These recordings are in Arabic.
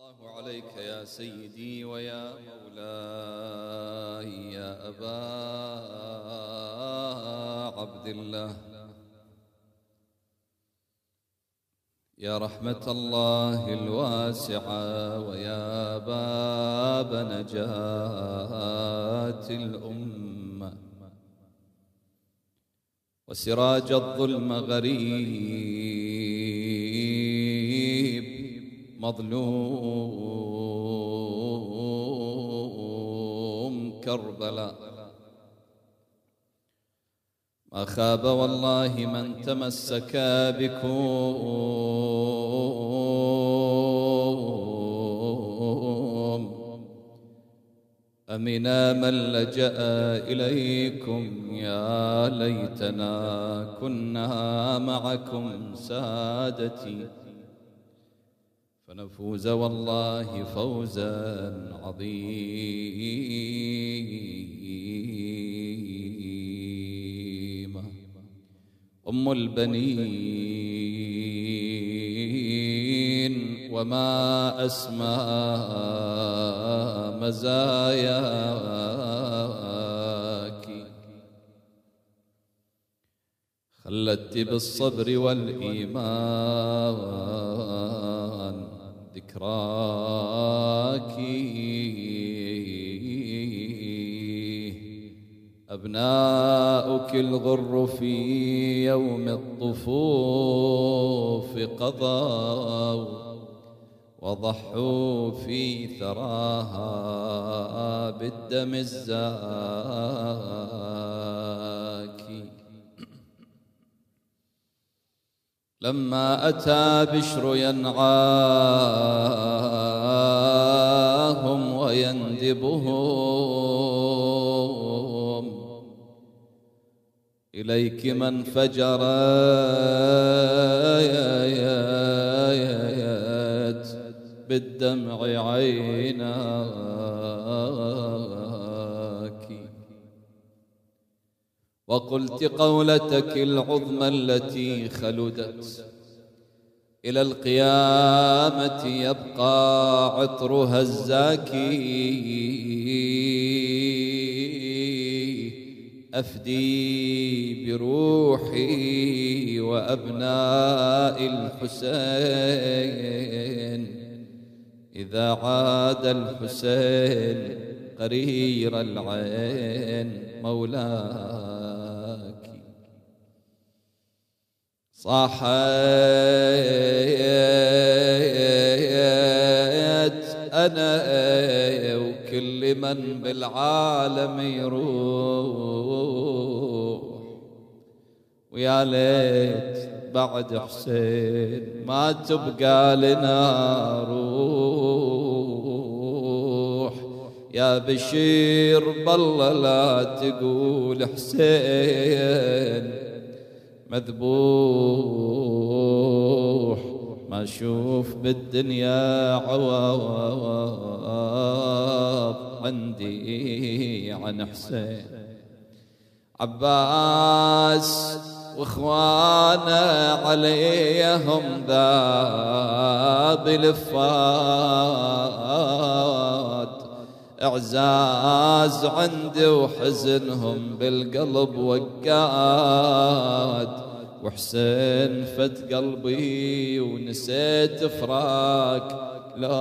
الله عليك يا سيدي ويا مولاي يا أبا عبد الله، يا رحمة الله الواسعة ويا باب نجاة الأمة وسراج الظلم غريب مظلوم كربلاء، ما خاب والله من تمسك بكم، أمنا من لجأ إليكم، يا ليتنا كنا معكم سادتي فنفوز والله فوزا عظيما. أم البنين وما أسمى مزاياك، خلدت بالصبر والإيمان ذكراك، أبناؤك الغر في يوم الطفوف قضوا وضحوا في ثراها بالدم الزاكي، لما أتى بشر ينعاهم ويندبهم، إليك من فجرت بالدمع عيناك، وقلت قولتك العظمى التي خلدت إلى القيامة يبقى عطرها الزاكي، أفدي بروحي وأبناء الحسين إذا عاد الحسين قرير العين مولاك، صاحت أنا وكل من بالعالم يروح، ويا ليت بعد حسين ما تبقى لنا روح، يا بشير بالله لا تقول حسين مذبوح، ما اشوف بالدنيا عوض عندي عن حسين. عباس واخوانا عليهم ذاب الفات، اعزاز عندي وحزنهم بالقلب وقاد، وحسين فت قلبي ونسيت فراق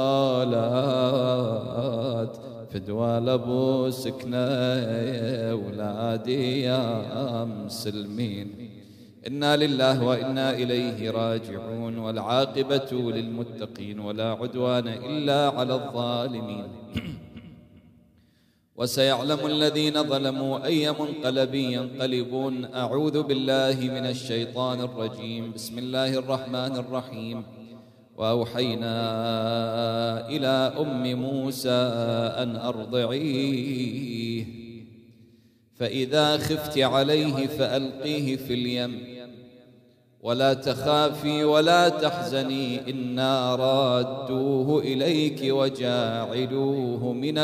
لولاد، فدوال ابو سكنه اولادي يا مسلمين، إنا لله وإنا إليه راجعون، والعاقبة للمتقين ولا عدوان إلا على الظالمين. وسيعلم الذين ظلموا أي منقلب ينقلبون. أعوذ بالله من الشيطان الرجيم. بسم الله الرحمن الرحيم. وأوحينا إلى أم موسى أن أرضعيه، فإذا خفت عليه فألقيه في اليم ولا تخافي ولا تحزني إنا رادوه إليك وجاعلوه من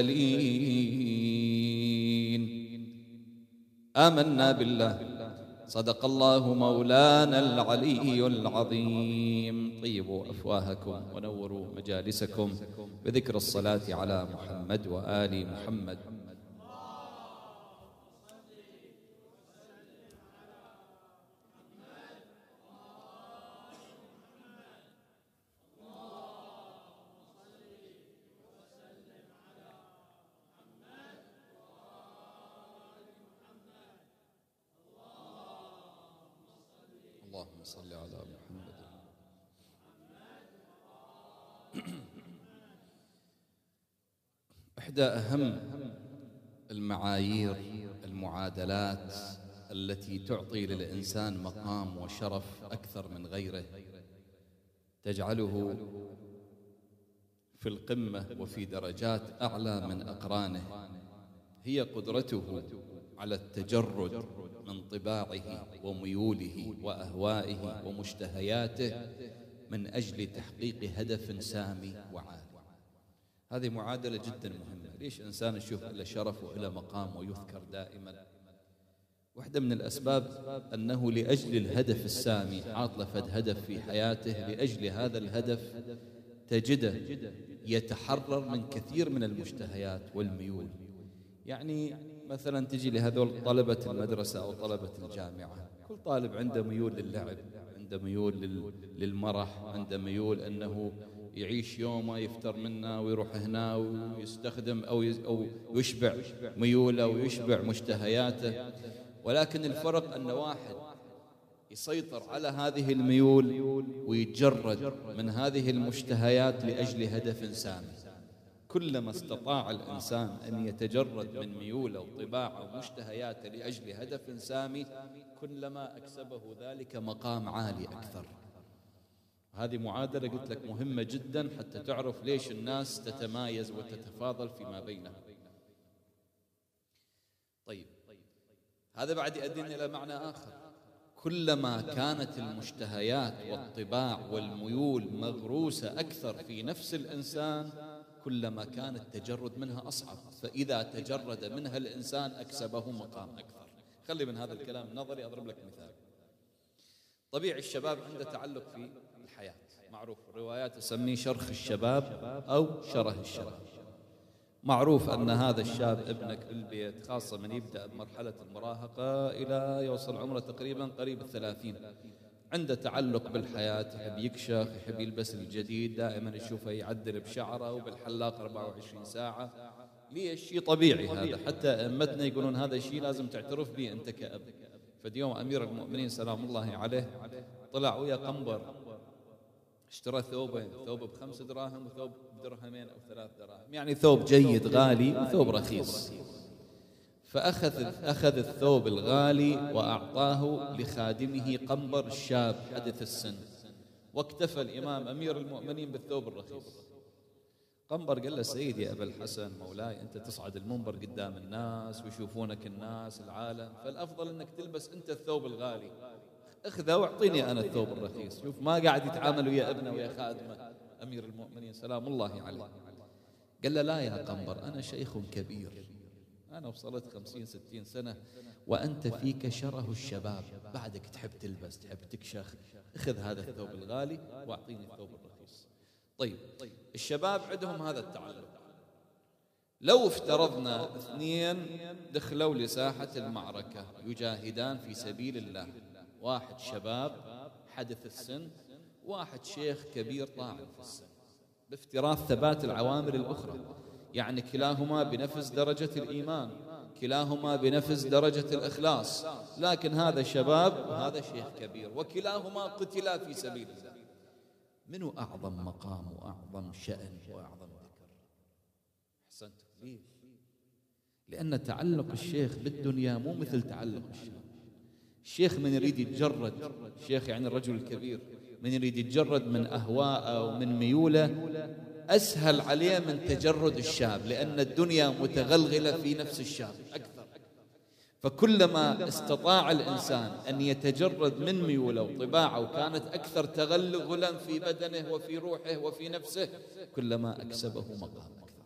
المرسلين. آمنا بالله. صدق الله مولانا العلي العظيم. طيبوا أفواهكم ونوروا مجالسكم بذكر الصلاة على محمد وآل محمد. اللهم صل على محمد. إحدى أهم المعايير المعادلات التي تعطي للإنسان مقام وشرف أكثر من غيره، تجعله في القمة وفي درجات أعلى من أقرانه، هي قدرته على التجرد من طباعه وميوله وأهوائه ومشتهياته من أجل تحقيق هدف سامي وعالي. هذه معادلة جدا مهمة. ليش إنسان يشوف إلى شرف وإلى مقام ويذكر دائما؟ واحدة من الأسباب أنه لأجل الهدف السامي عاطل فد هدف في حياته، لأجل هذا الهدف تجده يتحرر من كثير من المشتهيات والميول. يعني مثلا تجي لهذول طلبة المدرسة أو طلبة الجامعة، كل طالب عنده ميول للعب، عنده ميول للمرح، عنده ميول أنه يعيش يومه يفتر منه ويروح هنا ويستخدم أو يشبع ميوله ويشبع مشتهياته. ولكن الفرق أن واحد يسيطر على هذه الميول ويتجرد من هذه المشتهيات لأجل هدف سامي. كلما استطاع الإنسان أن يتجرد من ميوله وطباعه ومشتهياته لأجل هدف سامي، كلما أكسبه ذلك مقام عالي أكثر. هذه معادلة قلت لك مهمة جدا حتى تعرف ليش الناس تتمايز وتتفاضل فيما بينها. طيب، هذا بعد يؤدينا إلى معنى آخر. كلما كانت المشتهيات والطباع والميول مغروسة أكثر في نفس الإنسان، كلما كان التجرد منها أصعب. فإذا تجرد منها الإنسان أكسبه مقام أكثر. خلي من هذا الكلام نظري أضرب لك مثال. طبيعي الشباب عنده تعلق في الحياة، معروف الروايات تسميه شرخ الشباب أو شره الشباب. معروف أن هذا الشاب ابنك بالبيت، خاصة من يبدأ بمرحلة المراهقة إلى يوصل عمره تقريبا قريب 30، عنده تعلق بالحياة، يحب يكشخ، يحب يلبس الجديد، دائما يشوفه يعدل بشعره وبالحلاق 24 ساعة. ليش؟ شيء طبيعي هذا. حتى أئمتنا يقولون هذا الشيء لازم تعترف به أنت كأب. فاليوم أمير المؤمنين سلام الله عليه طلع ويا قنبر، اشترى ثوبين، ثوب ب5 دراهم وثوب بدرهمين أو 3 دراهم، يعني ثوب جيد غالي وثوب رخيص. فأخذ الثوب الغالي وأعطاه لخادمه قنبر الشاب حدث السن، واكتفى الإمام أمير المؤمنين بالثوب الرخيص. قنبر قال له: سيدي أبا الحسن مولاي، أنت تصعد المنبر قدام الناس ويشوفونك الناس العالم، فالأفضل أنك تلبس أنت الثوب الغالي، اخذه واعطيني أنا الثوب الرخيص. شوف ما قاعد يتعامل ويا ابنه ويا خادمه أمير المؤمنين سلام الله عليه. قال له: لا يا قنبر، أنا شيخ كبير، أنا وصلت 50-60 سنة وأنت فيك شره الشباب، بعدك تحب تلبس، تحب تكشخ، اخذ هذا الثوب الغالي واعطيني الثوب الرخيص. طيب، الشباب عندهم هذا التعلق. لو افترضنا 2 دخلوا لساحة المعركة يجاهدان في سبيل الله، واحد شباب حدث السن، واحد شيخ كبير طاعن في السن، بافتراض ثبات العوامل الأخرى، يعني كلاهما بنفس درجة الإيمان، كلاهما بنفس درجة الإخلاص، لكن هذا شباب وهذا شيخ كبير، وكلاهما قتلا في سبيل الله. منو أعظم مقام وأعظم شأن وأعظم ذكر؟ أحسنت. ليش؟ لأن تعلق الشيخ بالدنيا مو مثل تعلق الشاب. الشيخ من يريد يتجرد، الشيخ يعني الرجل الكبير، من يريد يتجرد من أهواءه ومن ميوله أسهل عليه من تجرد الشاب، لأن الدنيا متغلغلة في نفس الشاب أكثر. فكلما استطاع الإنسان أن يتجرد من ميوله وطباعه وكانت أكثر تغلغلا في بدنه وفي روحه وفي نفسه، كلما أكسبه مقام أكثر.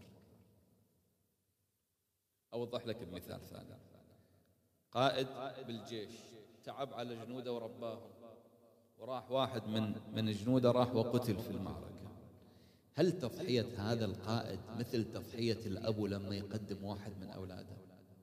أوضح لك بمثال ثاني. قائد بالجيش وتعب على جنوده ورباهم، وراح واحد من جنوده راح وقتل في المعركة. هل تضحية هذا القائد مثل تضحية الأب لما يقدم واحد من أولاده؟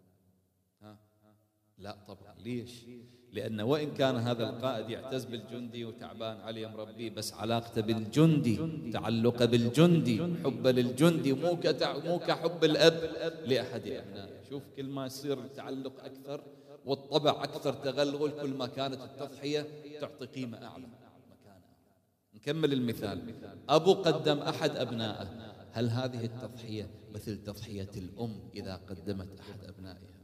لا طبعا. ليش؟ لأن وإن كان هذا القائد يعتز بالجندي وتعبان عليه مربيه، بس علاقته بالجندي، تعلقه بالجندي، حبه للجندي، مو كحب الأب لأحد أبنائه. شوف كل ما يصير التعلق أكثر والطبع أكثر تغلغل، كل ما كانت التضحية تعطي قيمة أعلى مكانها. نكمل المثال. أبو قدم أحد أبنائه، هل هذه التضحية مثل تضحية الأم إذا قدمت أحد أبنائها؟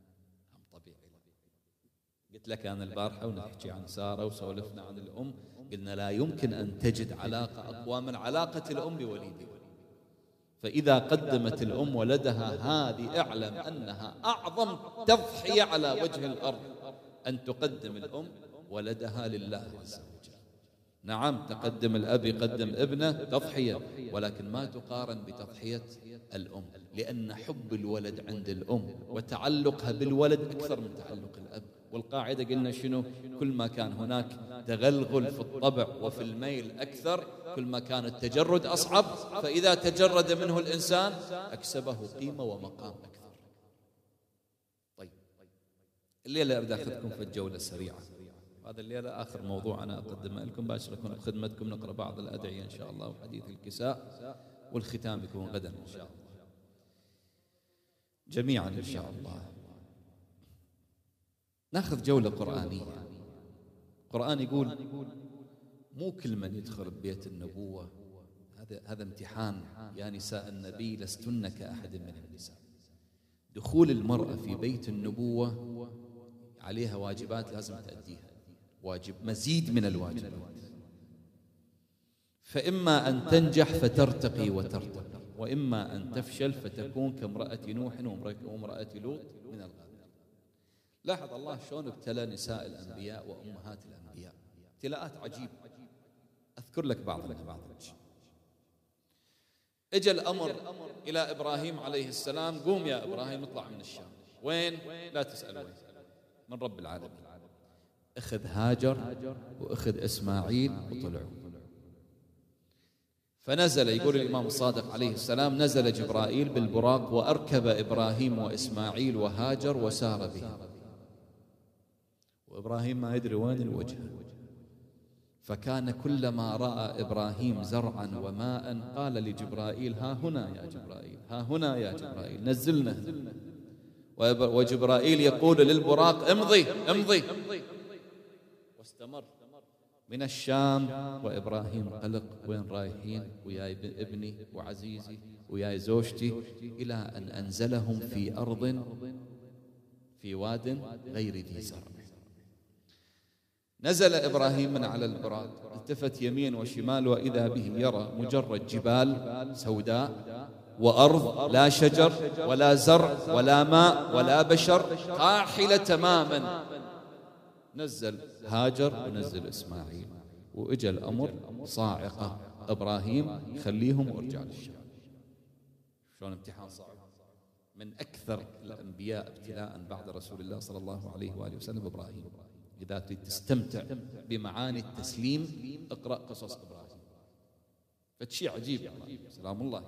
قلت لك أنا البارحة ونحكي عن سارة وسولفنا عن الأم، قلنا لا يمكن أن تجد علاقة أقوى من علاقة الأم بوليدها. فإذا قدمت الأم ولدها، هذه اعلم أنها أعظم تضحية على وجه الأرض، أن تقدم الأم ولدها لله عز وجل. نعم، تقدم الأب يقدم ابنه تضحية، ولكن ما تقارن بتضحية الأم، لأن حب الولد عند الأم وتعلقها بالولد أكثر من تعلق الأب. والقاعدة قلنا شنو؟ كل ما كان هناك تغلغل في الطبع وفي الميل أكثر، كل ما كان التجرد أصعب، فإذا تجرد منه الإنسان أكسبه قيمة ومقام أكثر. طيب، الليلة أريد أخذكم في الجولة السريعة. هذا الليلة آخر موضوع أنا أقدمه لكم، باكر أكون بخدمتكم، نقرأ بعض الأدعية إن شاء الله وحديث الكساء، والختام يكون غدا إن شاء الله جميعا إن شاء الله. ناخذ جولة قرآنية. القرآن يقول مو كل من يدخل ببيت النبوة، هذا امتحان. يا نساء النبي لستن كأحد من النساء. دخول المرأة في بيت النبوة عليها واجبات لازم تأديها، واجب مزيد من الواجبات. فإما أن تنجح فترتقي وترتقي، وإما أن تفشل فتكون كامرأة نوح وامرأة لوط من الغابرين. لاحظ الله شلون ابتلى نساء الأنبياء وأمهات الأنبياء ابتلاءات عجيبة. أذكر لك بعض النماذج. اجى الأمر إلى إبراهيم عليه السلام، قوم يا إبراهيم اطلع من الشام. وين؟ لا تسأل وين، من رب العالمين. اخذ هاجر واخذ إسماعيل وطلعوا. فنزل، يقول الإمام الصادق عليه السلام، نزل جبرائيل بالبراق وأركب إبراهيم وإسماعيل وهاجر وسار به، وإبراهيم ما يدري وين الوجه. فكان كلما رأى إبراهيم زرعا وماء قال لجبرائيل ها هنا يا جبرائيل، ها هنا يا جبرائيل، نزلنا. وجبرائيل يقول للبراق امضي امضي، واستمر من الشام. وإبراهيم قلق، وين رايحين؟ وياي ابني وعزيزي وياي زوجتي، إلى أن أنزلهم في أرض في واد غير ذي زرع. نزل إبراهيم من على البراق، التفت يمين وشمال، وإذا به يرى مجرد جبال سوداء وأرض لا شجر ولا زرع ولا ماء ولا بشر، قاحلة تماما. نزل هاجر ونزل إسماعيل، وإجا الأمر صاعقة. إبراهيم خليهم وارجع للشام. شلون امتحان صعب. من أكثر الأنبياء ابتلاء بعد رسول الله صلى الله عليه وآله وسلم إبراهيم. إذا تريد تستمتع بمعاني التسليم اقرأ قصص إبراهيم، فشيء عجيب يعني. سلام الله.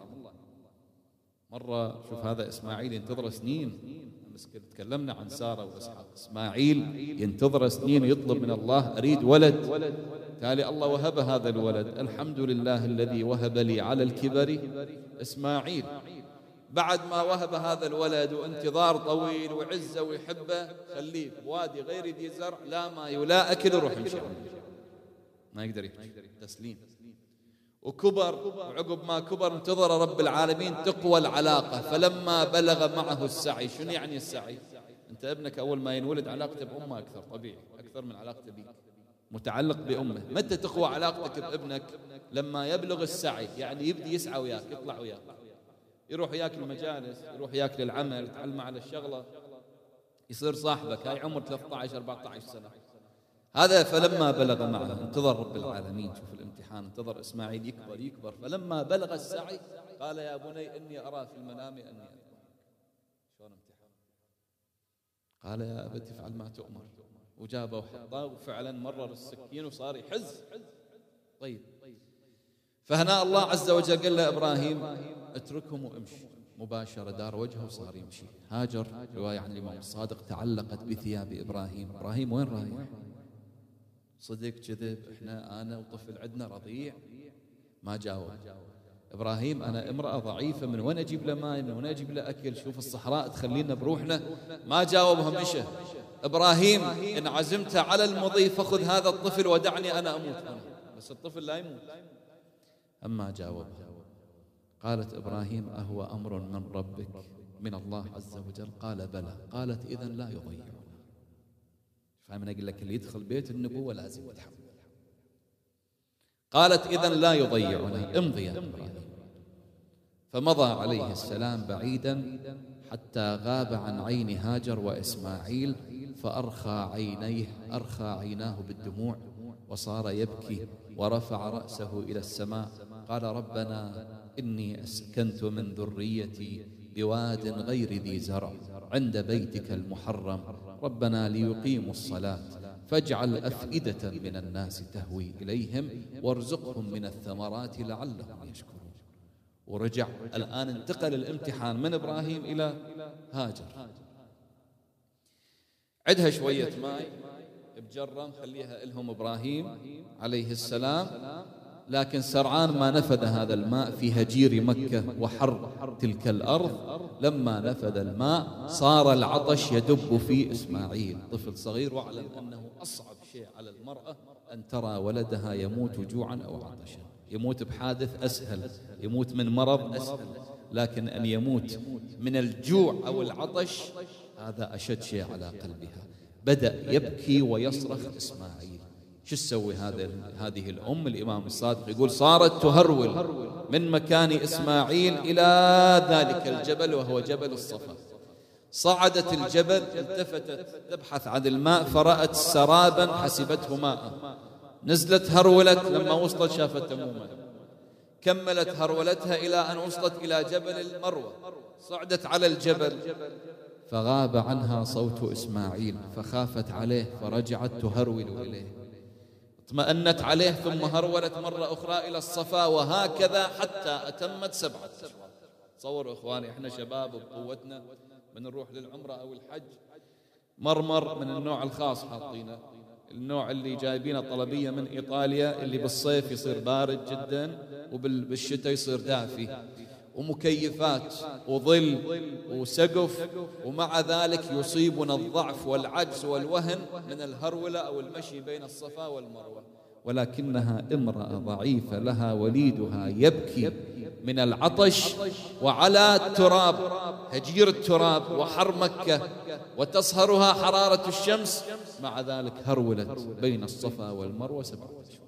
مرة شوف هذا إسماعيل ينتظر سنين، تكلمنا عن سارة وإسحاق. إسماعيل ينتظر سنين يطلب من الله أريد ولد، تالي الله وهب هذا الولد. الحمد لله الذي وهب لي على الكبر إسماعيل. بعد ما وهب هذا الولد وانتظار طويل وعزة ويحبه، خليه بوادي غير ذي زرع، لا ماء ولا أكل، يروح يمشي ما يقدر يمشي. تسليم. وكبر، وعقب ما كبر انتظر رب العالمين تقوى العلاقة. فلما بلغ معه السعي. شنو يعني السعي؟ أنت ابنك أول ما ينولد علاقته بأمه أكثر، طبيعي أكثر من علاقته بك، متعلق بأمه. متى تقوى علاقتك بابنك؟ لما يبلغ السعي، يعني يبدي يسعى وياك، يطلع وياك، يروح وياك المجالس، يروح وياك للعمل، يتعلم على الشغلة، يصير صاحبك. هاي عمر 13 14 سنة هذا. فلما بلغ معه، انتظر رب العالمين. شوف الامتحان، انتظر إسماعيل يكبر يكبر. فلما بلغ السعي قال يا بني إني أرى في المنام أني أذبحك. شلون امتحان؟ قال يا أبت افعل ما تؤمر وجابه وحطاه، وفعلا مرر السكين وصار يحز. طيب، فهنا الله عز وجل قال له إبراهيم اتركهم وامشي. مباشرة دار وجهه وصار يمشي. هاجر رواية عن الإمام الصادق تعلقت بثياب إبراهيم. إبراهيم وين رايح؟ صدق كذب؟ أنا وطفل عندنا رضيع. ما جاوب إبراهيم أنا امرأة ضعيفة، من وين أجيب له ماء؟ من وين أجيب له أكل؟ شوف الصحراء تخلينا بروحنا. ما جاوبهم، مشى. إبراهيم إن عزمت على المضي فخذ هذا الطفل ودعني أنا أموت أنا، بس الطفل لا يموت. أما جاوبها قالت إبراهيم أهو أمر من ربك من الله عز وجل؟ قال بلى. قالت إذن لا يضيعنا. فأنا أقول لك اللي يدخل بيت النبوة لازم يتحمل. قالت إذن لا يضيعنا، امضي يا إبراهيم. فمضى عليه السلام بعيدا حتى غاب عن عين هاجر وإسماعيل، فأرخى عيناه بالدموع وصار يبكي ورفع رأسه إلى السماء. قال ربنا إني أسكنت من ذريتي بواد غير ذي زرع عند بيتك المحرم ربنا ليقيموا الصلاة فاجعل أفئدة من الناس تهوي إليهم وارزقهم من الثمرات لعلهم يشكرون. ورجع الآن، انتقل الامتحان من إبراهيم إلى هاجر. عدها شوية ماء بجرة خليها لهم إبراهيم عليه السلام، لكن سرعان ما نفذ هذا الماء في هجير مكة وحر تلك الأرض. لما نفذ الماء صار العطش يدب في إسماعيل طفل صغير. واعلم أنه أصعب شيء على المرأة أن ترى ولدها يموت جوعا أو عطشا. يموت بحادث أسهل، يموت من مرض أسهل، لكن أن يموت من الجوع أو العطش هذا أشد شيء على قلبها. بدأ يبكي ويصرخ إسماعيل. شو تسوي هذه الأم؟ الإمام الصادق يقول صارت تهرول من مكان إسماعيل إلى ذلك الجبل وهو جبل الصفا. صعدت الجبل، التفتت تبحث عن الماء فرأت سرابا حسبته ماء. نزلت هرولت، لما وصلت شافت تموما. كملت هرولتها إلى أن وصلت إلى جبل المروة. صعدت على الجبل فغاب عنها صوت إسماعيل فخافت عليه فرجعت تهرول إليه. اطمأنت عليه ثم هرولت مرة أخرى إلى الصفا، وهكذا حتى أتمت 7 أشواط. تصوروا إخواني، إحنا شباب بقوتنا من نروح للعمرة أو الحج مرمر من النوع الخاص حاطينه، النوع اللي جايبينه طلبية من إيطاليا، اللي بالصيف يصير بارد جدا وبالشتاء يصير دافي، ومكيفات وظل وسقف، ومع ذلك يصيبنا الضعف والعجز والوهن من الهرولة أو المشي بين الصفا والمروة. ولكنها امرأة ضعيفة لها وليدها يبكي من العطش وعلى التراب، هجير التراب وحر مكة وتصهرها حرارة الشمس، مع ذلك هرولت بين الصفا والمروة 7 أشواط.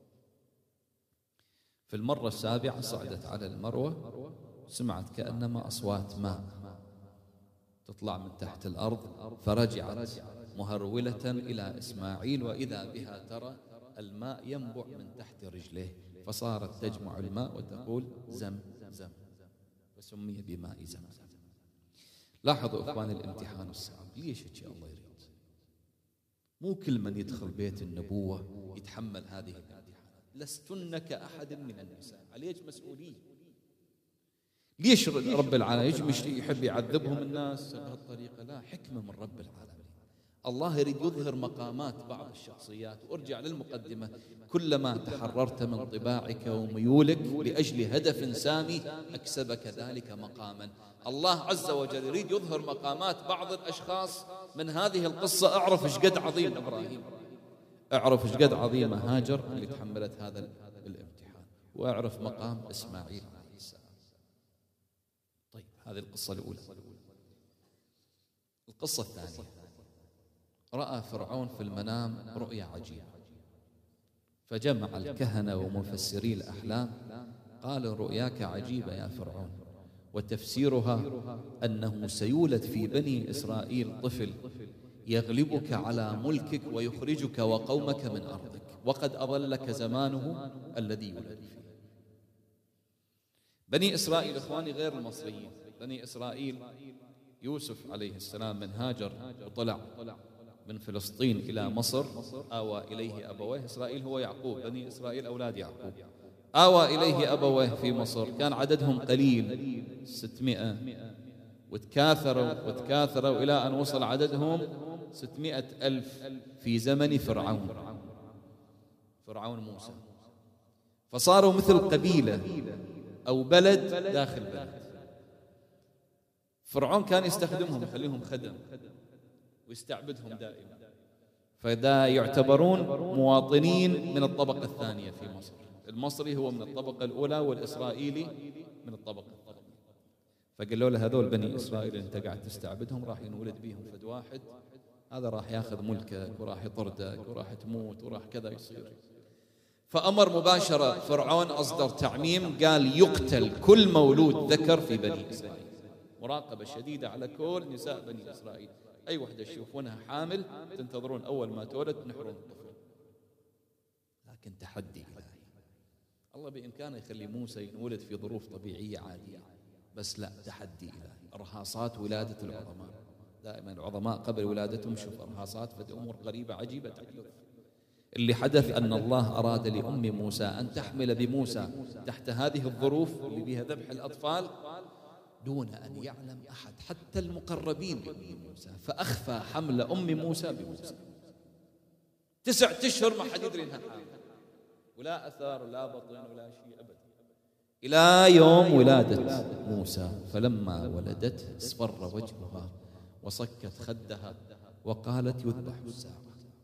في المرة السابعة صعدت على المروة، سمعت كأنما أصوات ماء تطلع من تحت الأرض، فرجعت مهرولة إلى إسماعيل وإذا بها ترى الماء ينبع من تحت رجليه، فصارت تجمع الماء وتقول زم زم، فسمي بماء زمزم. لاحظوا إخواني الامتحان الصعب. ليش هيك الله يريد؟ مو كل من يدخل بيت النبوة يتحمل هذه الامتحانات. لستن كأحد من النساء، عليك مسؤولية. ليش رب العالمين مش يحب يعذبهم الناس بهالطريقة؟ لا، حكمة من رب العالمين. الله يريد يظهر مقامات بعض الشخصيات. وارجع للمقدمة، كلما تحررت من طباعك وميولك لأجل هدف سامي أكسبك ذلك مقاما. الله عز وجل يريد يظهر مقامات بعض الأشخاص من هذه القصة. اعرف ايش قد عظيم إبراهيم، اعرف ايش قد عظيمة هاجر اللي تحملت هذا الامتحان، واعرف مقام إسماعيل عليه السلام. طيب، هذه القصة الأولى. القصة الثانية، رأى فرعون في المنام رؤيا عجيبة، فجمع الكهنة ومفسري الأحلام قالوا رؤياك عجيبة يا فرعون، وتفسيرها أنه سيولد في بني إسرائيل طفل يغلبك على ملكك ويخرجك وقومك من أرضك، وقد أضلك زمانه الذي يولد فيه. بني إسرائيل إخواني غير المصريين. بني إسرائيل يوسف عليه السلام من هاجر وطلع من فلسطين إلى مصر آوى إليه أبويه. إسرائيل هو يعقوب، بني إسرائيل أولاد يعقوب. آوى إليه أبويه في مصر، كان عددهم قليل 600، وتكاثروا إلى أن وصل عددهم 600,000 في زمن فرعون موسى، فصاروا مثل قبيلة أو بلد داخل بلد. فرعون كان يستخدمهم، يخليهم خدم ويستعبدهم دائما، فإذا يعتبرون مواطنين من الطبقة الثانية في مصر. المصري هو من الطبقة الأولى والإسرائيلي من الطبقة الثانية. فقالوا له هذول بني إسرائيل اللي أنت قاعد تستعبدهم راح ينولد بيهم فد واحد، هذا راح ياخذ ملكك وراح يطردك وراح تموت وراح كذا يصير. فأمر مباشرة فرعون، أصدر تعميم، قال يقتل كل مولود ذكر في بني إسرائيل. مراقبة شديدة على كل نساء بني إسرائيل، أي وحدة تشوفونها حامل تنتظرون أول ما تولد تنحرون الطفل. لكن تحدي إلهي، الله بإمكانه يخلي موسى ينولد في ظروف طبيعية عادية، بس لا، تحدي إلهي. إرهاصات ولادة العظماء، دائما العظماء قبل ولادتهم شوف إرهاصات، فدي أمور غريبة عجيبة تحدث. اللي حدث أن الله أراد لأم موسى أن تحمل بموسى تحت هذه الظروف اللي بها ذبح الأطفال دون أن يعلم أحد حتى المقربين لأم موسى، فأخفى حمل أم موسى بموسى 9 أشهر، ما حد يدري أنها حامل، ولا أثار ولا بطن ولا شيء أبدا، إلى يوم ولادة موسى. فلما ولدت اصفر وجهها وصكت خدها وقالت يذبح الساعة.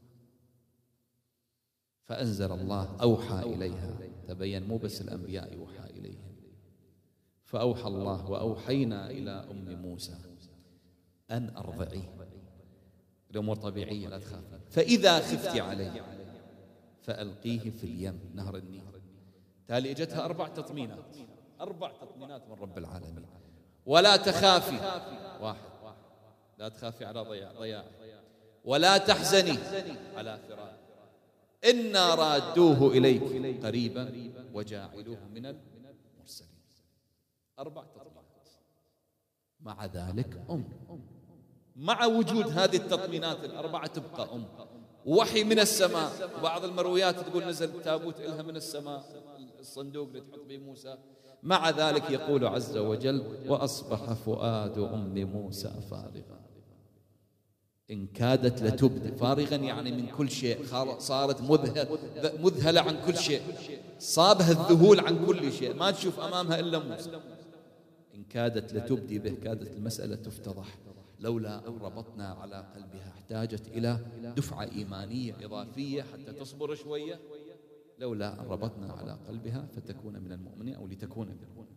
فأنزل الله، أوحى إليها، تبين مو بس الأنبياء يوحى إليهم. فأوحى الله وأوحينا إلى أم موسى أن أرضعيه، الأمور طبيعية لا تخافي، فإذا خفت عليه فألقيه في اليم، نهر النيل. تالي اجتها 4 تطمينات، 4 تطمينات من رب العالمين. ولا تخافي، 1، لا تخافي على ضياع، ولا تحزني على فراق، إنا رادوه إليك قريبا وجاعلوه من المرسلين. 4 تطمينات. مع ذلك مع وجود هذه التطمينات ال4 تبقى وحي من السماء. بعض المرويات تقول نزل تابوت إلها من السماء، الصندوق اللي تحط به موسى. مع ذلك يقول عز وجل وأصبح فؤاد أم موسى فارغا، إن كادت لتبدي، فارغا يعني من كل شيء، صارت مذهلة عن كل شيء، صابها الذهول عن كل شيء، ما تشوف أمامها إلا موسى. إن كادت لتبدي به، كادت المسألة تفتضح، لولا أن ربطنا على قلبها، احتاجت إلى دفعة إيمانية إضافية حتى تصبر شوية، لولا أن ربطنا على قلبها فتكون من المؤمنين أو لتكون من المؤمنين.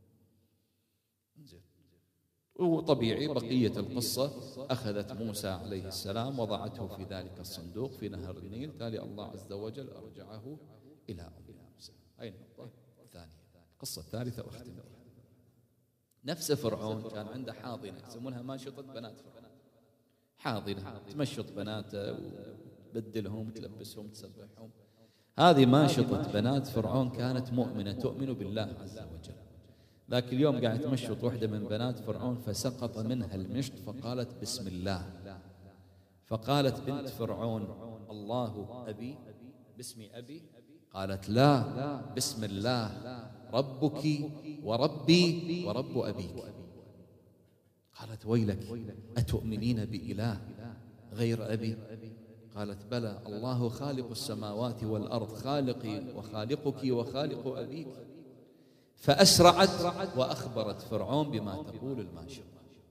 وطبيعي بقية القصة، أخذت موسى عليه السلام وضعته في ذلك الصندوق في نهر النيل. تالي الله عز وجل أرجعه إلى أم موسى. أي النقطة الثانية. القصة الثالثة وأختم بها. نفس فرعون كان عنده حاضنة يسمونها ماشطة بنات فرعون، حاضنة تمشط بناته وتبدلهم تلبسهم تسبحهم. هذه ماشطة بنات فرعون كانت مؤمنة تؤمن بالله عز وجل. ذاك اليوم قاعد تمشط واحدة من بنات فرعون فسقط منها المشط فقالت بسم الله. فقالت بنت فرعون الله أبي، باسم أبي؟ قالت لا، بسم الله ربك وربي ورب أبيك. قالت ويلك أتؤمنين بإله غير أبي؟ قالت بلى، الله خالق السماوات والأرض، خالقي وخالقك وخالق أبيك. فأسرعت وأخبرت فرعون بما تقول الماشطة،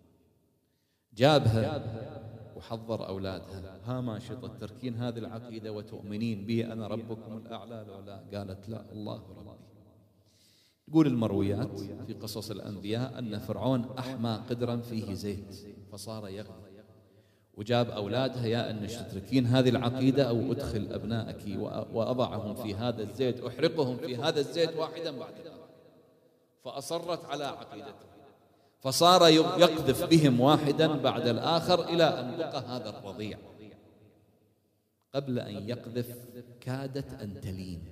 جابها وحضر أولادها، ها ماشطة تركين هذه العقيدة وتؤمنين بي أنا ربكم الأعلى لو لا؟ قالت لا، الله ربي. تقول المرويات في قصص الأنبياء أن فرعون أحمى قدرا فيه زيت فصار يغلي، وجاب أولادها يا أنش تتركين هذه العقيدة أو أدخل أبنائك وأضعهم في هذا الزيت، أحرقهم في هذا الزيت واحدا بعد الآخر. فأصرت على عقيدته، فصار يقذف بهم واحدا بعد الآخر إلى أن بقى هذا الرضيع. قبل أن يقذف كادت أن تلين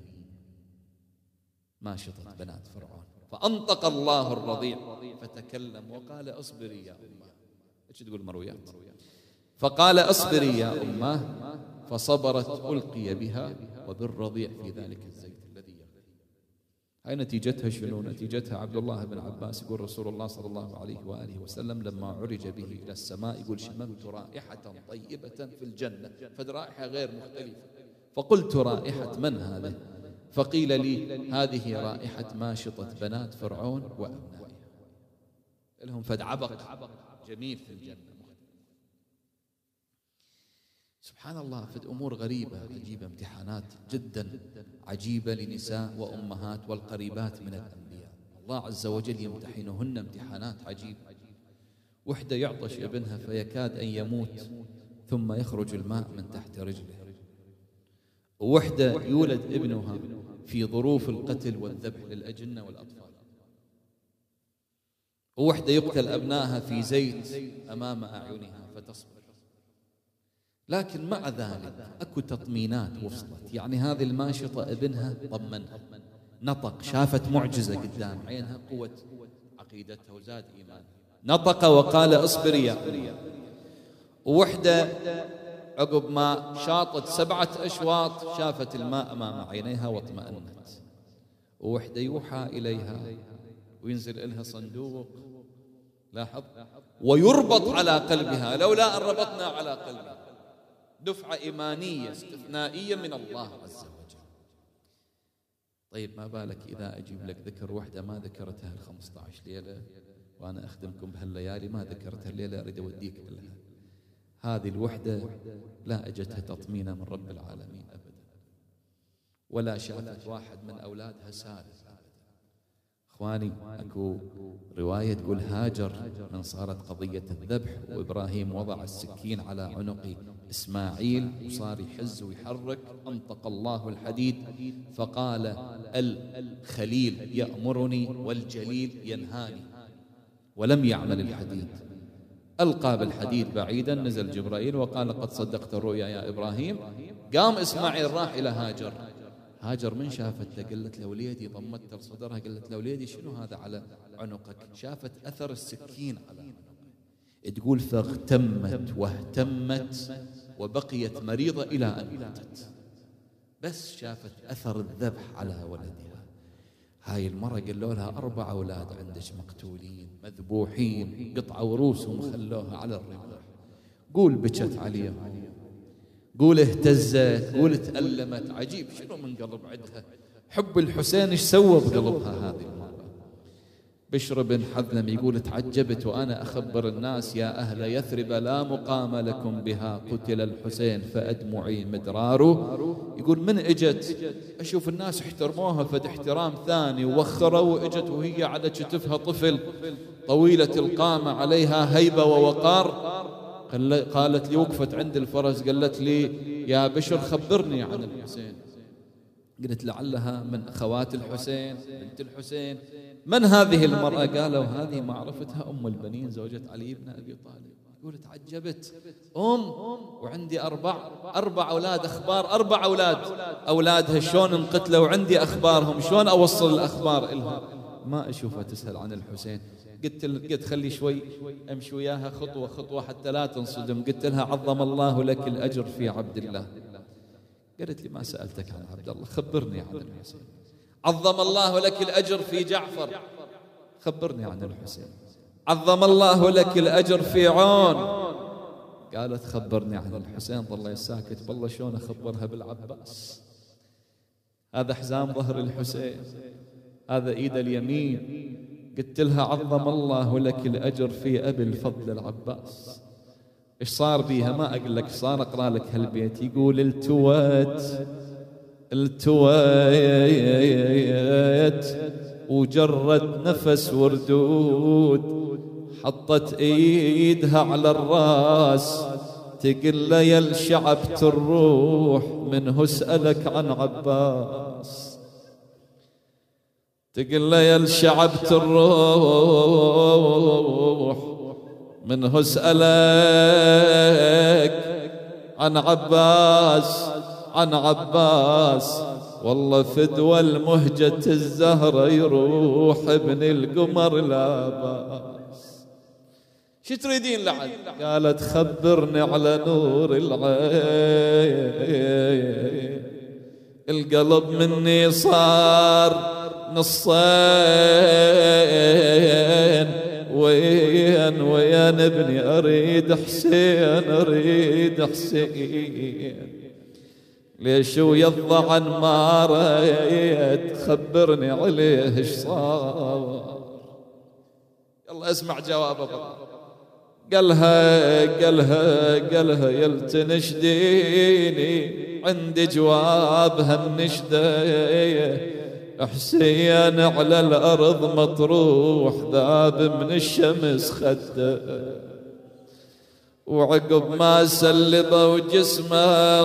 ماشطة بنات فرعون، فأنطق الله الرضيع فتكلم وقال اصبري يا أمه. ايش تقول المرويات؟ فقال اصبري يا أماه، فصبرت ألقي بها وبالرضيع في ذلك الزيت الذي يغلي. هاي نتيجتها شنو؟ نتيجتها عبد الله بن عباس يقول رسول الله صلى الله عليه وآله وسلم لما عرج به إلى السماء يقول شممت رائحة طيبة في الجنة، فالرائحة غير مختلفة، فقلت رائحة من هذه؟ فقيل لي هذه رائحة ماشطة بنات فرعون وأبنائها، لهم فد عبق جميل في الجنة. سبحان الله، فد أمور غريبة عجيبة، امتحانات جدا عجيبة لنساء وأمهات والقريبات من الأنبياء. الله عز وجل يمتحنهن امتحانات عجيبة. وحدة يعطش ابنها فيكاد أن يموت ثم يخرج الماء من تحت رجله، ووحدة يولد ابنها في ظروف القتل والذبح للأجنة والأطفال، ووحدة يقتل أبنائها في زيت أمام أعينها فتصبر. لكن مع ذلك أكو تطمينات وصلت، يعني هذه الماشطة ابنها طمنها، نطق، شافت معجزة قدام عينها، قوة عقيدتها وزاد إيمانها، نطق وقال اصبري يا أمي. ووحدة عقب ما شاطت 7 أشواط شافت الماء أمام عينيها واطمأنت. ووحدة يوحى إليها وينزل إلها صندوق، لاحظ، ويربط على قلبها، لولا أن ربطنا على قلبها، دفعة إيمانية استثنائية من الله عز وجل. طيب ما بالك إذا أجيب لك ذكر وحدة ما ذكرتها 15 ليلة، وأنا أخدمكم بهالليالي ما ذكرتها الليلة، أريد أوديك لها. هذه الوحدة لا أجتها تطمينة من رب العالمين أبدا، ولا شافت واحد من أولادها سالم أبدا. إخواني، أكو رواية تقول هاجر من صارت قضية الذبح وإبراهيم وضع السكين على عنق إسماعيل وصار يحز ويحرك، أنطق الله الحديد فقال الخليل يأمرني والجليل ينهاني، ولم يعمل الحديد. ألقى بالحديد بعيدا، نزل جبرائيل وقال قد صدقت الرؤيا يا إبراهيم. قام إسماعيل راح إلى هاجر. هاجر من شافته قالت له وليدي، ضمت لصدرها قالت له وليدي شنو هذا على عنقك؟ شافت أثر السكين على عنقك. تقول فاغتمت واهتمت وبقيت مريضة إلى أن ماتت، بس شافت أثر الذبح على ولدها. هاي المرة قالوا لها 4 أولاد عندك مقتولين مذبوحين، قطعوا رؤوسهم خلوها على الرماح. قول بكت عليهم، قول اهتزت، قول تألمت. عجيب شنو من قلب عندها حب الحسين، ايش سوى بقلبها هذه المرة. بشر بن حذلم يقول تعجبت وأنا أخبر الناس يا أهل يثرب لا مقام لكم بها، قتل الحسين فأدمعي مدراره. يقول من إجت أشوف الناس احترموها فد احترام ثاني، ووخروا وإجت وهي على كتفها طفل طويلة القامة عليها هيبة ووقار. قالت لي وقفت عند الفرس قالت لي يا بشر خبرني عن الحسين. قلت لعلها من أخوات الحسين بنت الحسين. من هذه المرأة؟ قالوا هذه معرفتها أم البنين زوجة علي بن أبي طالب. يقول تعجبت وعندي 4 أولاد، أخبار 4 أولاد، أولادها شلون انقتلوا وعندي أخبارهم، شلون أوصل الأخبار إلها؟ ما أشوفها تسأل عن الحسين. قلت خلي شوي أمشي وياها خطوة خطوة حتى لا تنصدم. قلت لها عظم الله لك الأجر في عبد الله. قالت لي ما سألتك عن عبد الله، خبرني عن الحسين. عظم الله لك الأجر في جعفر، خبرني عن الحسين. عظم الله لك الأجر في عون. قالت خبرني عن الحسين. ظل ساكت. بالله شلون أخبرها بالعباس؟ هذا حزام ظهر الحسين، هذا إيد اليمين. قلت لها عظم الله لك الأجر في أبي الفضل العباس. إيش صار بيها؟ ما أقول لك، صار أقرأ لك هالبيت. يقول التوت وجرت نفس وردود، حطت ايدها على الراس تقل يا الشعبت الروح منه اسألك عن عباس. تقل يا الشعبت الروح منه اسألك عن عباس، عن عباس. والله فدوى المهجة الزهرة يروح ابن القمر لا باس. شو تريدين لعد؟ قالت خبرني على نور العين، القلب مني صار نصين، وين ابني أريد حسين، أريد حسين، ليش ويضعن ما ريت، خبرني عليه ايش صار. يلا اسمع جواب ابا. قالها يلتنشديني، عندي جواب هالنشده، حسين على الأرض مطروح، ذاب من الشمس خده، وعقب ما سلبوا جسمه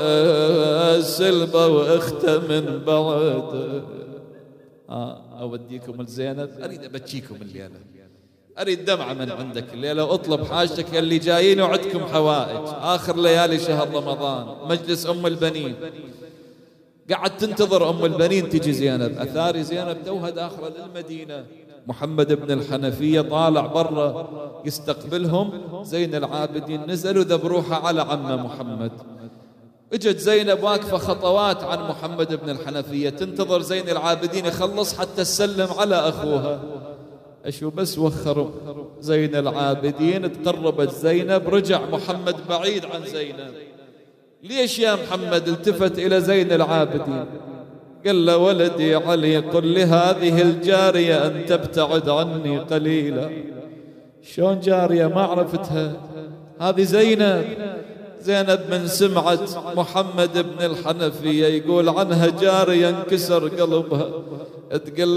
سلبوا اخته من بعد. أوديكم الزينب، أريد أبكيكم الليلة، أريد دمعة من عندك الليلة، أطلب حاجتك اللي جايين وعدكم حوائج. آخر ليالي شهر رمضان، مجلس أم البنين، قاعد تنتظر أم البنين تجي زينب. أثاري زينب توها داخلة للمدينة، محمد بن الحنفية طالع برا يستقبلهم، زين العابدين نزلوا ذبروها على عمه محمد. اجت زينب واقفة خطوات عن محمد بن الحنفية تنتظر زين العابدين يخلص حتى تسلم على أخوها. أشو بس وخروا زين العابدين، تقربت زينب، رجع محمد بعيد عن زينب. ليش يا محمد؟ التفت إلى زين العابدين قال له ولدي علي قل لهذه الجارية أن تبتعد عني قليلا. شلون جارية ما عرفتها؟ هذه زينب. زينب من سمعت محمد بن الحنفية يقول عنها جارية انكسر قلبها، تقول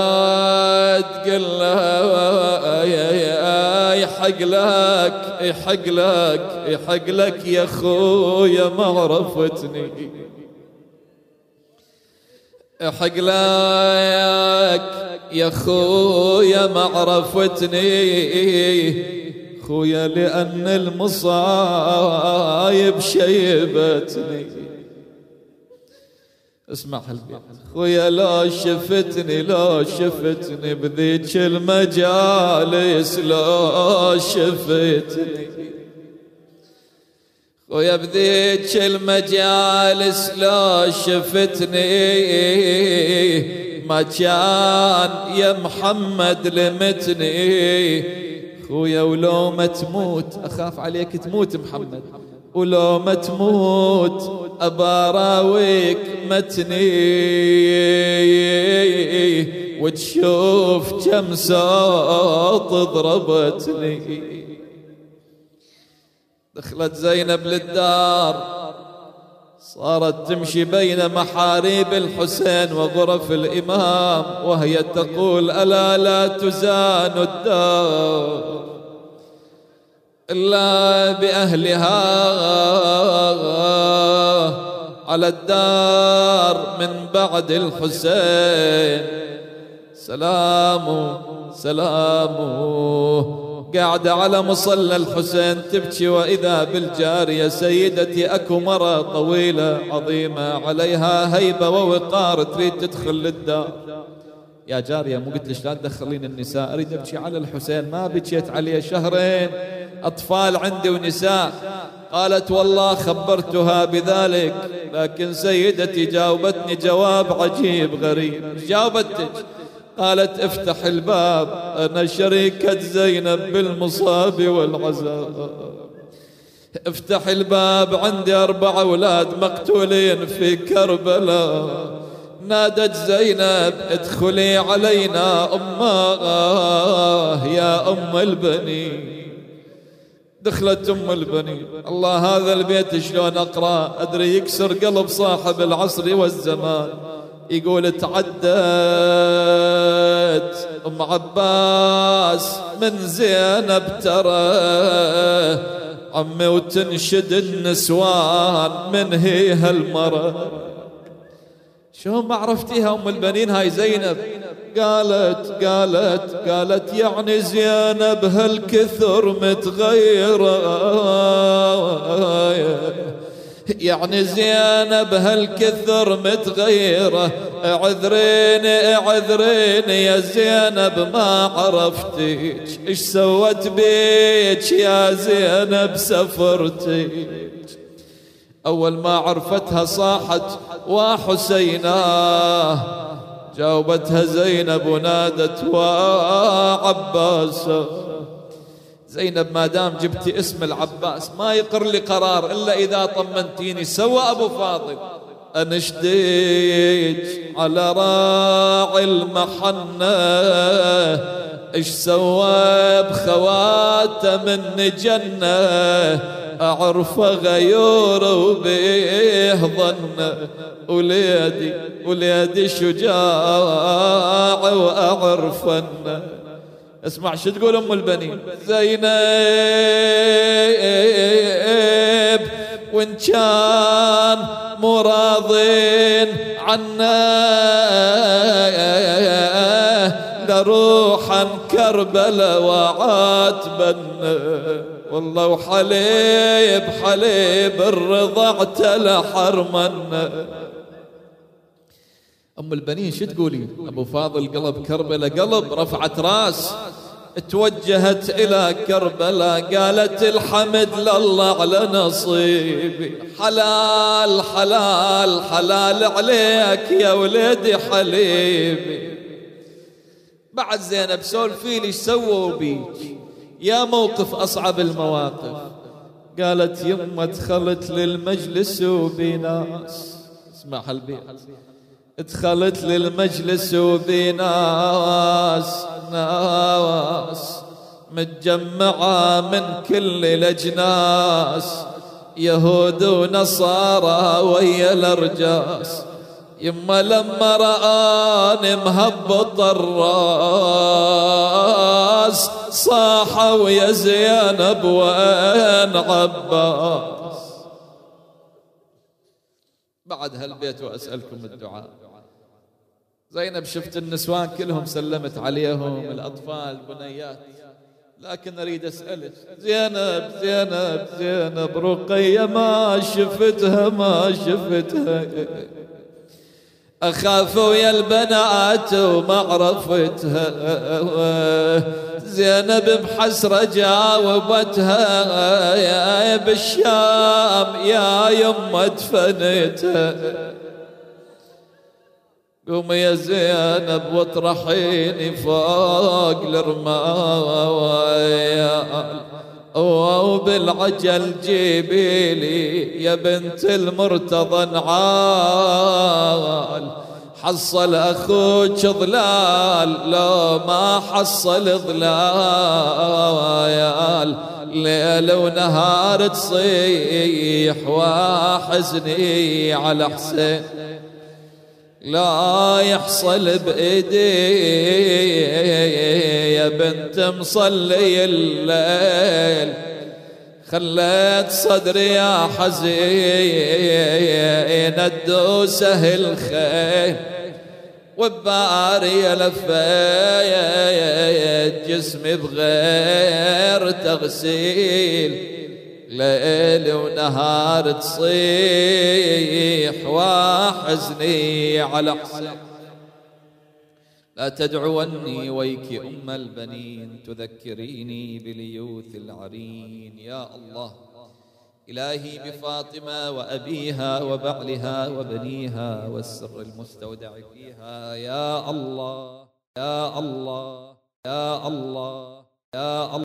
لها يحق لك يا خويا ما عرفتني، يحق لك يا خويا ما عرفتني، خويا لأن المصايب شيبتني. اسمع هالبيت، خويا لا شفتني بذيك المجالس، لا شفتني خويا بذيك المجالس، لا شفتني، ما كان يا محمد لمتني، خويا ولو ما تموت أخاف عليك تموت محمد، ولو ما تموت أباراويك متني، وتشوف كم ساط ضربتني. دخلت زينب للدار، صارت تمشي بين محاريب الحسين وغرف الإمام، وهي تقول ألا لا تزان الدار إلا بأهلها، على الدار من بعد الحسين سلام قاعدة على مصلى الحسين تبكي، وإذا بالجارية سيدتي أكو مرة طويلة عظيمة عليها هيبة ووقار تريد تدخل للدار. يا جارية مو قلت ليش لا تدخلين النساء؟ أريد أبكي على الحسين، ما بكيت عليه شهرين، أطفال عندي ونساء. قالت والله خبرتها بذلك، لكن سيدتي جاوبتني جواب عجيب غريب. جاوبتك قالت افتح الباب، أنا شريكة زينب بالمصاب والعزاء، افتح الباب عندي 4 أولاد مقتولين في كربلاء. نادت زينب ادخلي علينا أماه يا أم البنين. دخلت أم البنين. الله هذا البيت شلون أقرأ أدري يكسر قلب صاحب العصر والزمان. يقول تعدت أم عباس من زينب ترى عمي، وتنشد النسوان من هي هالمرة. شو ما عرفتيها أم البنين هاي زينب؟ قالت يعني زينب هالكثر متغيرة، يعني زينب هالكثر متغيرة. اعذريني اعذريني يا زينب ما عرفتك، ايش سوت بيك يا زينب سفرتك. أول ما عرفتها صاحت وحسيناه، جاوبتها زينب ونادت وعباسه. زينب ما دام جبتي اسم العباس ما يقر لي قرار إلا إذا طمنتيني. سوى أبو فاضل أنشديك على راعي المحنة، إيش سوى بخواته من جنة، أعرف غيور وبيه ظنه. وليدي شجاع وأعرفنه. اسمع شو تقول أم البنين زينب وإن كان مراضين عنا لروحا كربلا وعاتبنا. والله وحليب حليب الرضع تلحرمنا. أم البنين شو تقولي؟ أبو فاضل قلب كربلاء قلب، رفعت راس توجهت إلى كربلاء قالت الحمد لله على نصيبي. حلال حلال حلال عليك يا ولدي حليبي. بعد زينب سولفي لي ايش سووا بيك يا موقف أصعب المواقف. قالت يما دخلت للمجلس وبناس، اسمع هالبيت، دخلت للمجلس وبناس ناس متجمعة من كل الأجناس، يهود ونصارى ويا الأرجاس. يما لما رآني مهبط الراس صاحوا يا زينب وين عباس. بعد هالبيت وأسألكم الدعاء. زينب شفت النسوان كلهم سلمت عليهم، الأطفال بنيات، لكن أريد أسألك زينب زينب زينب رقية ما شفتها ما شفتها. أخاف ويا البنات وما عرفتها. زينب بحسرة جاوبتها يا بالشام يا يما دفنتها. قومي يا زينب واطرحيني فوق الرمال، وبالعجل جيبي لي يا بنت المرتضى نعال. حصل أخوك ظلال لو ما حصل ظلال، ليل ونهار تصيح وحزني على حسين لا يحصل بإيدي. يا بنت مصلي الليل خليت صدري يا حزين الدوسه الخيل، وباري لفيت جسمي بغير تغسيل. ليل ونهار تصيح وحزني على حسين. لا تدعوني ويك أم البنين تذكريني بليوث العرين. يا الله إلهي بفاطمة وأبيها وبعلها وبنيها والسر المستودع فيها. يا الله يا الله يا الله يا الله.